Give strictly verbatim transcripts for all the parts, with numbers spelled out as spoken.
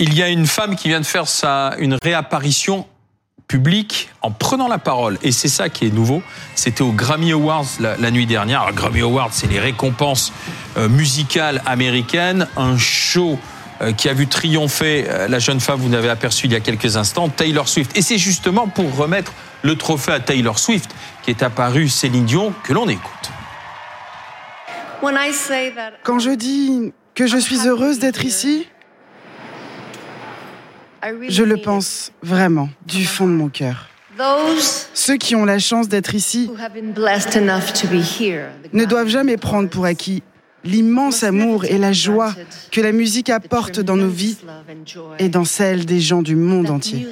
Il y a une femme qui vient de faire sa, une réapparition publique en prenant la parole. Et c'est ça qui est nouveau. C'était aux Grammy Awards la, la nuit dernière. Alors, Grammy Awards, c'est les récompenses euh, musicales américaines. Un show euh, qui a vu triompher euh, la jeune femme, vous l'avez aperçu il y a quelques instants, Taylor Swift. Et c'est justement pour remettre le trophée à Taylor Swift qu'est apparue Céline Dion, que l'on écoute. Quand je dis que je suis heureuse d'être ici, je le pense vraiment, du fond de mon cœur. Ceux qui ont la chance d'être ici ne doivent jamais prendre pour acquis l'immense amour et la joie que la musique apporte dans nos vies et dans celles des gens du monde entier.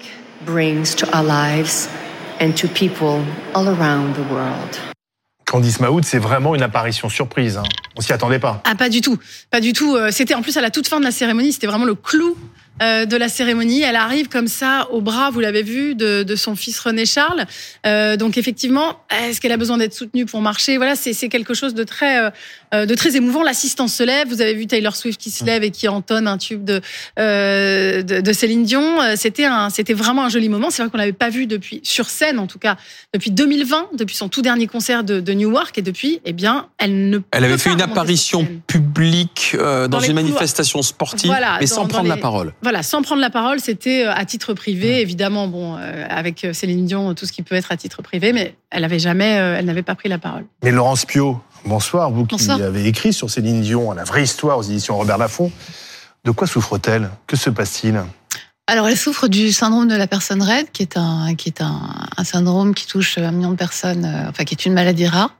Candice Mahout, c'est vraiment une apparition surprise. Hein. On s'y attendait pas. Ah, pas du tout. Pas du tout. C'était en plus à la toute fin de la cérémonie, c'était vraiment le clou Euh, de la cérémonie. Elle arrive comme ça au bras, vous l'avez vu, de, de son fils René Charles. Euh, donc effectivement, est-ce qu'elle a besoin d'être soutenue pour marcher ? Voilà, c'est, c'est quelque chose de très, euh, de très émouvant. L'assistance se lève. Vous avez vu Taylor Swift qui se lève et qui entonne un tube de, euh, de, de Céline Dion. C'était un, c'était vraiment un joli moment. C'est vrai qu'on l'avait pas vu depuis, sur scène en tout cas, depuis deux mille vingt, depuis son tout dernier concert de, de Newark. Et depuis, eh bien, elle ne. Elle avait fait une apparition publique euh, dans, dans une manifestation sportive, voilà, mais dans, sans prendre les... la parole. Voilà, sans prendre la parole, c'était à titre privé, évidemment, bon, euh, avec Céline Dion, tout ce qui peut être à titre privé, mais elle avait jamais, euh, elle n'avait pas pris la parole. Mais Laurence Piot, bonsoir, vous qui bonsoir. avez écrit sur Céline Dion, la vraie histoire aux éditions Robert Laffont, de quoi souffre-t-elle ? Que se passe-t-il ? Alors, elle souffre du syndrome de la personne raide, qui est un, qui est un, un syndrome qui touche un million de personnes, euh, enfin, qui est une maladie rare.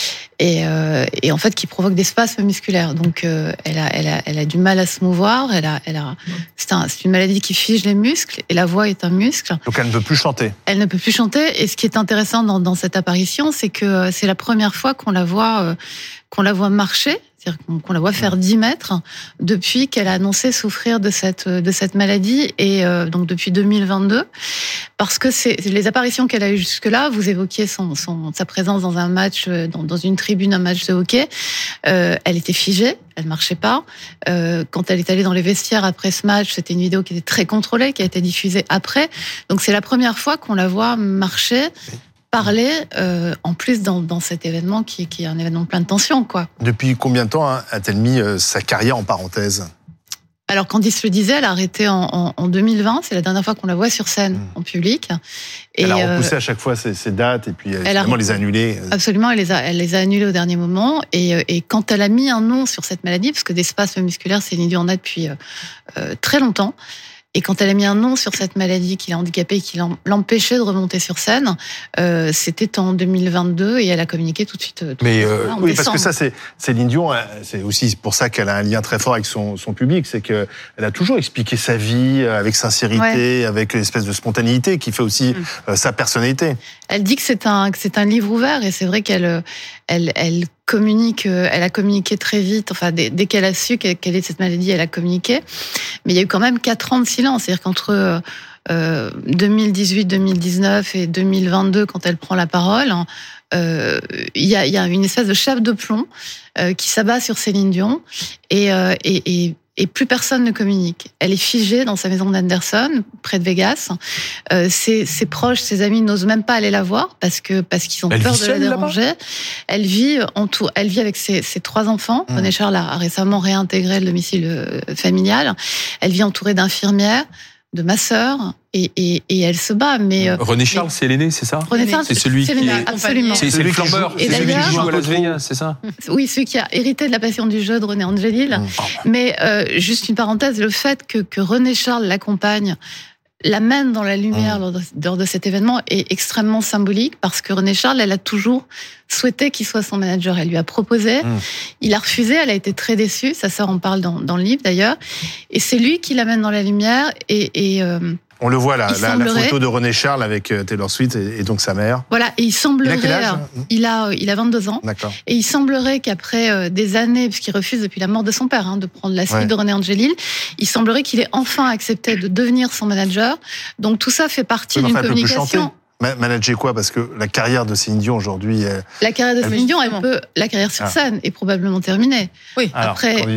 Et, euh, et en fait qui provoque des spasmes musculaires. Donc euh, elle a, elle a, elle a du mal à se mouvoir. Elle a, elle a. C'est, un, c'est une maladie qui fige les muscles et la voix est un muscle. Donc elle ne peut plus chanter. Elle ne peut plus chanter. Et ce qui est intéressant dans, dans cette apparition, c'est que c'est la première fois qu'on la voit, euh, qu'on la voit marcher. C'est-à-dire qu'on la voit faire dix mètres depuis qu'elle a annoncé souffrir de cette de cette maladie et euh, donc depuis deux mille vingt-deux, parce que c'est les apparitions qu'elle a eues jusque-là. Vous évoquiez son, son sa présence dans un match, dans, dans une tribune, un match de hockey. Euh, elle était figée, elle marchait pas. Euh, quand elle est allée dans les vestiaires après ce match, c'était une vidéo qui était très contrôlée, qui a été diffusée après. Donc c'est la première fois qu'on la voit marcher. Parler, euh, en plus dans, dans cet événement qui, qui est un événement plein de tensions, quoi. Depuis combien de temps hein, a-t-elle mis euh, sa carrière en parenthèse ? Alors Candice le disait, elle a arrêté en, en, en deux mille vingt, c'est la dernière fois qu'on la voit sur scène mmh. en public. Et elle a repoussé euh, à chaque fois ses, ses dates et puis elle finalement a, les a annulées. Absolument, elle les a, elle les a annulées au dernier moment. Et, et quand elle a mis un nom sur cette maladie, parce que des spasmes musculaires, Céline Dion en a depuis euh, très longtemps. Et quand elle a mis un nom sur cette maladie qui l'a handicapée et qui l'empêchait de remonter sur scène, euh, c'était en deux mille vingt-deux et elle a communiqué tout de suite. Tout Mais euh, oui, décembre. Parce que ça, c'est Céline Dion, c'est aussi pour ça qu'elle a un lien très fort avec son, son public, c'est qu'elle a toujours expliqué sa vie avec sincérité, ouais. avec une espèce de spontanéité qui fait aussi mmh. sa personnalité. Elle dit que c'est un que c'est un livre ouvert et c'est vrai qu'elle elle elle communique, elle a communiqué très vite, enfin dès, dès qu'elle a su quelle est cette maladie, elle a communiqué. Mais il y a eu quand même quatre ans de silence, c'est-à-dire qu'entre euh, deux mille dix-huit, deux mille dix-neuf et deux mille vingt-deux, quand elle prend la parole, euh, il y a, il y a une espèce de chape de plomb euh, qui s'abat sur Céline Dion et, euh, et, et Et plus personne ne communique. Elle est figée dans sa maison d'Anderson, près de Vegas. Euh, ses, ses proches, ses amis n'osent même pas aller la voir parce que parce qu'ils ont elle peur de la déranger. Elle vit en tout, elle vit avec ses, ses trois enfants. Mmh. René Charles a récemment réintégré le domicile familial. Elle vit entourée d'infirmières, de masseurs, et, et, et elle se bat. Mais René Charles, mais, c'est l'aîné, c'est ça ? René Charles, c'est celui c'est qui est, absolument. C'est, c'est le flambeur, c'est celui qui joue à Las Vegas, c'est ça ? Oui, celui qui a hérité de la passion du jeu de René Angelil. Mmh. Mais euh, juste une parenthèse, le fait que, que René Charles l'accompagne, l'amène dans la lumière mmh. lors, de, lors de cet événement est extrêmement symbolique parce que René Charles, elle a toujours souhaité qu'il soit son manager. Elle lui a proposé, mmh. il a refusé, elle a été très déçue. Sa sœur en parle dans, dans le livre d'ailleurs. Et c'est lui qui l'amène dans la lumière et... et euh, on le voit là, la, la photo de René Charles avec Taylor Swift et, et donc sa mère. Voilà, et il semblerait, il a, quel âge il a, il a vingt-deux ans. D'accord. Et il semblerait qu'après euh, des années, puisqu'il refuse depuis la mort de son père hein, de prendre la suite ouais. de René Angelil, il semblerait qu'il ait enfin accepté de devenir son manager. Donc tout ça fait partie oui, d'une enfin, communication. Manager quoi ? Parce que la carrière de Céline Dion aujourd'hui. Elle, la carrière de Céline Dion, elle peut, la carrière sur scène ah. est probablement terminée. Oui. Alors, après. Candice.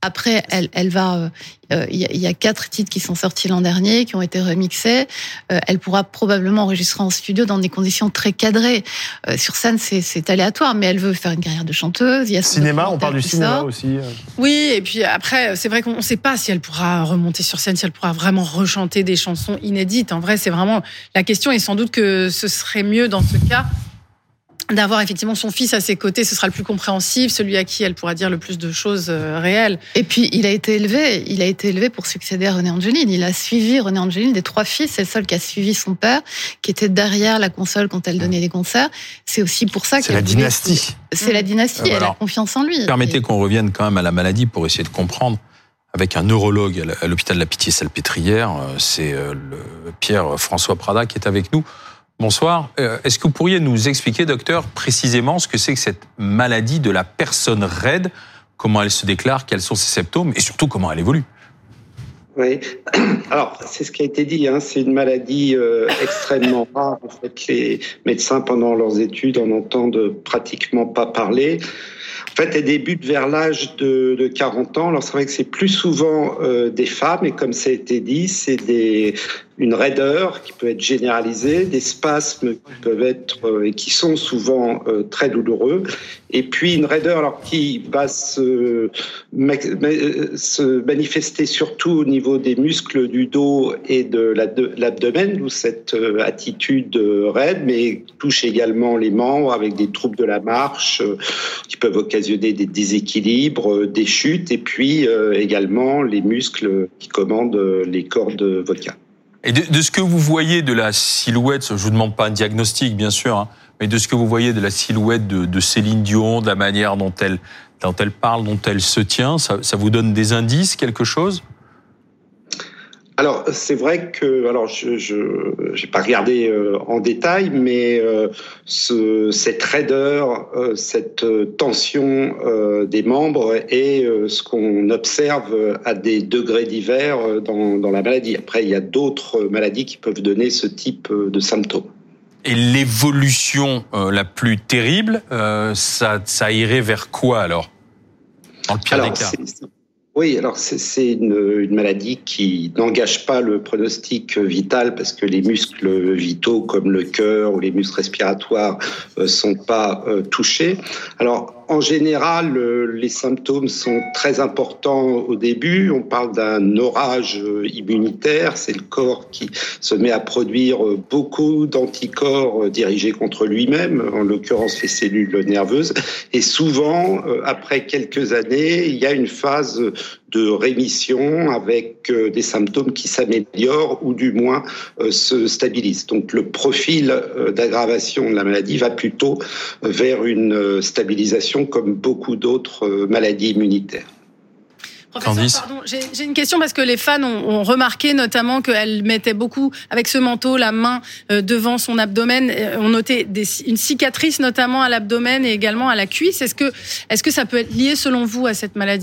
Après, elle, elle va. Il euh, y, y a quatre titres qui sont sortis l'an dernier, qui ont été remixés. Euh, elle pourra probablement enregistrer en studio dans des conditions très cadrées. Euh, sur scène, c'est, c'est aléatoire, mais elle veut faire une carrière de chanteuse. Il y a cinéma, on parle du cinéma sort. aussi. Oui, et puis après, c'est vrai qu'on ne sait pas si elle pourra remonter sur scène, si elle pourra vraiment rechanter des chansons inédites. En vrai, c'est vraiment la question, et sans doute que ce serait mieux dans ce cas d'avoir effectivement son fils à ses côtés, ce sera le plus compréhensible, celui à qui elle pourra dire le plus de choses réelles. Et puis, il a été élevé, il a été élevé pour succéder à René Angelini. Il a suivi René Angelini des trois fils, c'est le seul qui a suivi son père, qui était derrière la console quand elle donnait des concerts. C'est aussi pour ça c'est qu'elle la voulait... dynastie. C'est la dynastie, Euh, elle alors, a confiance en lui. Permettez Et... qu'on revienne quand même à la maladie pour essayer de comprendre. Avec un neurologue à l'hôpital de la Pitié-Salpêtrière, c'est le Pierre-François Prada qui est avec nous. Bonsoir. Est-ce que vous pourriez nous expliquer, docteur, précisément ce que c'est que cette maladie de la personne raide, comment elle se déclare, quels sont ses symptômes et surtout comment elle évolue? Oui, alors c'est ce qui a été dit, hein. C'est une maladie euh, extrêmement rare. En fait, les médecins, pendant leurs études, en entendent pratiquement pas parler. En fait, elle débute vers l'âge de, de quarante ans. Alors c'est vrai que c'est plus souvent euh, des femmes, et comme ça a été dit, c'est des une raideur qui peut être généralisée, des spasmes qui peuvent être euh, et qui sont souvent euh, très douloureux, et puis une raideur alors qui va se, se manifester surtout au niveau des muscles du dos et de l'abdomen, d'où cette euh, attitude raide, mais touche également les membres avec des troubles de la marche euh, qui peuvent occasionner des déséquilibres, euh, des chutes, et puis euh, également les muscles qui commandent euh, les cordes vocales. Et de, de ce que vous voyez de la silhouette, je vous demande pas un diagnostic bien sûr, hein, mais de ce que vous voyez de la silhouette de, de Céline Dion, de la manière dont elle, dont elle parle, dont elle se tient, ça, ça vous donne des indices, quelque chose ? Alors c'est vrai que, alors je je j'ai pas regardé euh, en détail, mais euh, ce cette raideur, euh, cette tension euh, des membres est euh, ce qu'on observe à des degrés divers dans dans la maladie. Après, il y a d'autres maladies qui peuvent donner ce type de symptômes. Et l'évolution euh, la plus terrible, euh, ça ça irait vers quoi alors, dans le pire alors, des cas? c'est, c'est... Oui, alors c'est, c'est une, une maladie qui n'engage pas le pronostic vital parce que les muscles vitaux comme le cœur ou les muscles respiratoires euh, sont pas euh, touchés. Alors en général, euh, les symptômes sont très importants au début. On parle d'un orage immunitaire, c'est le corps qui se met à produire beaucoup d'anticorps dirigés contre lui-même, en l'occurrence les cellules nerveuses. Et souvent, euh, après quelques années, il y a une phase de rémission avec euh, des symptômes qui s'améliorent ou du moins euh, se stabilisent. Donc le profil euh, d'aggravation de la maladie va plutôt vers une euh, stabilisation comme beaucoup d'autres euh, maladies immunitaires. Professeur, pardon, j'ai, j'ai une question parce que les fans ont, ont remarqué notamment qu'elle mettait beaucoup, avec ce manteau, la main euh, devant son abdomen. On notait des, une cicatrice notamment à l'abdomen et également à la cuisse. Est-ce que, est-ce que ça peut être lié selon vous à cette maladie ?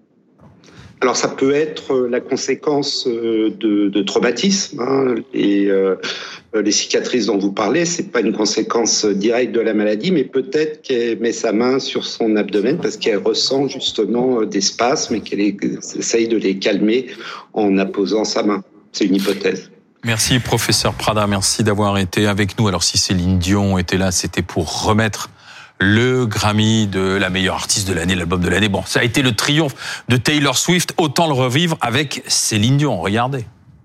Alors ça peut être la conséquence de, de traumatismes. Hein. Et euh, les cicatrices dont vous parlez, c'est pas une conséquence directe de la maladie, mais peut-être qu'elle met sa main sur son abdomen parce qu'elle ressent justement des spasmes et qu'elle essaye de les calmer en apposant sa main. C'est une hypothèse. Merci professeur Prada, merci d'avoir été avec nous. Alors si Céline Dion était là, c'était pour remettre le Grammy de la meilleure artiste de l'année, l'album de l'année. Bon, ça a été le triomphe de Taylor Swift. Autant le revivre avec Céline Dion. Regardez.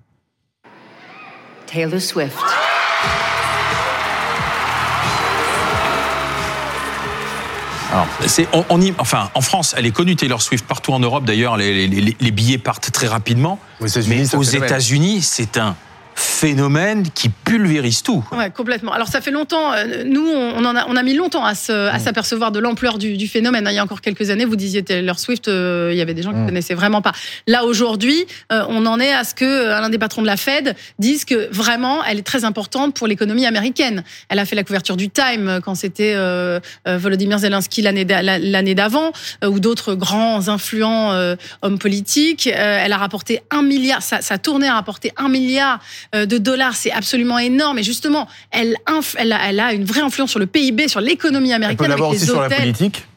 Taylor Swift. Alors, c'est, on, on y, enfin, en France, elle est connue, Taylor Swift, partout en Europe. D'ailleurs, les, les, les billets partent très rapidement. Aux États-Unis, Mais ça aux fait États-Unis, c'est un phénomène qui pulvérise tout. Ouais, complètement. Alors ça fait longtemps, nous on en a, on a mis longtemps à, se, à mmh. s'apercevoir de l'ampleur du, du phénomène. Il y a encore quelques années, vous disiez Taylor Swift, euh, il y avait des gens qui ne mmh. connaissaient vraiment pas. Là aujourd'hui, euh, on en est à ce que l'un des patrons de la Fed dise que vraiment, elle est très importante pour l'économie américaine. Elle a fait la couverture du Time quand c'était euh, euh, Volodymyr Zelensky l'année, l'année d'avant, euh, ou d'autres grands influents euh, hommes politiques. Euh, elle a rapporté un milliard, sa, sa tournée a rapporté un milliard de dollars, c'est absolument énorme. Et justement, elle, inf- elle, a, elle a une vraie influence sur le P I B, sur l'économie américaine. Elle peut l'avoir avec aussi les sur hôtels. la politique.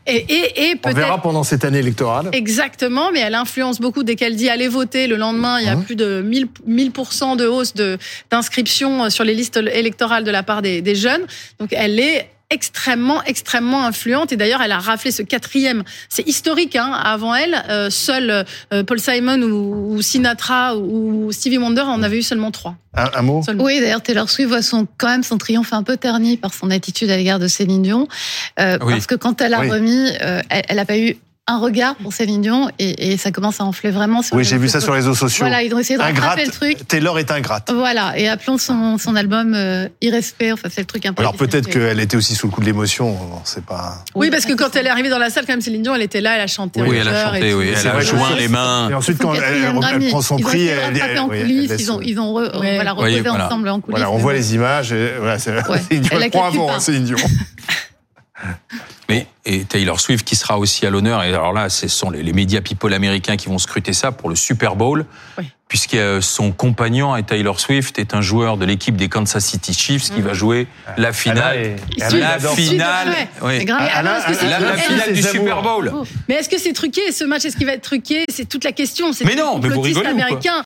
Et, et, et On verra pendant cette année électorale. Exactement, mais elle influence beaucoup. Dès qu'elle dit allez voter, le lendemain, il y a mmh. plus de mille pour cent de hausse de, d'inscription sur les listes électorales de la part des, des jeunes. Donc elle est extrêmement, extrêmement influente. Et d'ailleurs, elle a raflé ce quatrième. C'est historique, hein. Avant elle, euh, seul euh, Paul Simon ou, ou Sinatra ou, ou Stevie Wonder en avait eu seulement trois. Un, un mot. Seulement. Oui, d'ailleurs, Taylor Swift voit son, quand même son triomphe un peu terni par son attitude à l'égard de Céline Dion. Euh, oui. Parce que quand elle a oui. remis, euh, elle n'a pas eu un regard pour Céline Dion et, et ça commence à enfler vraiment. Sur oui, j'ai vu ça sur les réseaux sociaux. Voilà, ils ont essayé de rattraper le truc. Taylor est ingrate. Voilà, et appelons son, son album euh, Irrespect. Enfin, c'est le truc un peu. Alors peut-être qu'elle était aussi sous le coup de l'émotion. C'est pas. Oui, parce que quand elle est arrivée dans la salle, quand même, Céline Dion, elle était là, elle a chanté. Oui, elle a chanté. Oui, elle a joint les mains. Et ensuite, quand elle, elle prend son ils prix, elle, elle en coulisses, ils ont, ils ont re, ouais. voilà, reposé oui, ensemble voilà. en coulisses. Voilà, on voit les images. Et, voilà, c'est ouais. Céline Dion. Bravo, Céline Dion. Mais et Taylor Swift qui sera aussi à l'honneur, et alors là, ce sont les, les médias people américains qui vont scruter ça pour le Super Bowl, oui. puisque son compagnon, Taylor Swift, est un joueur de l'équipe des Kansas City Chiefs qui mmh. va jouer la finale, la finale, oui. la, la, la finale du Super Bowl. Oh. Mais est-ce que c'est truqué ce match? Est-ce qu'il va être truqué? C'est toute la question. C'est mais non, mais vous rigolez américain.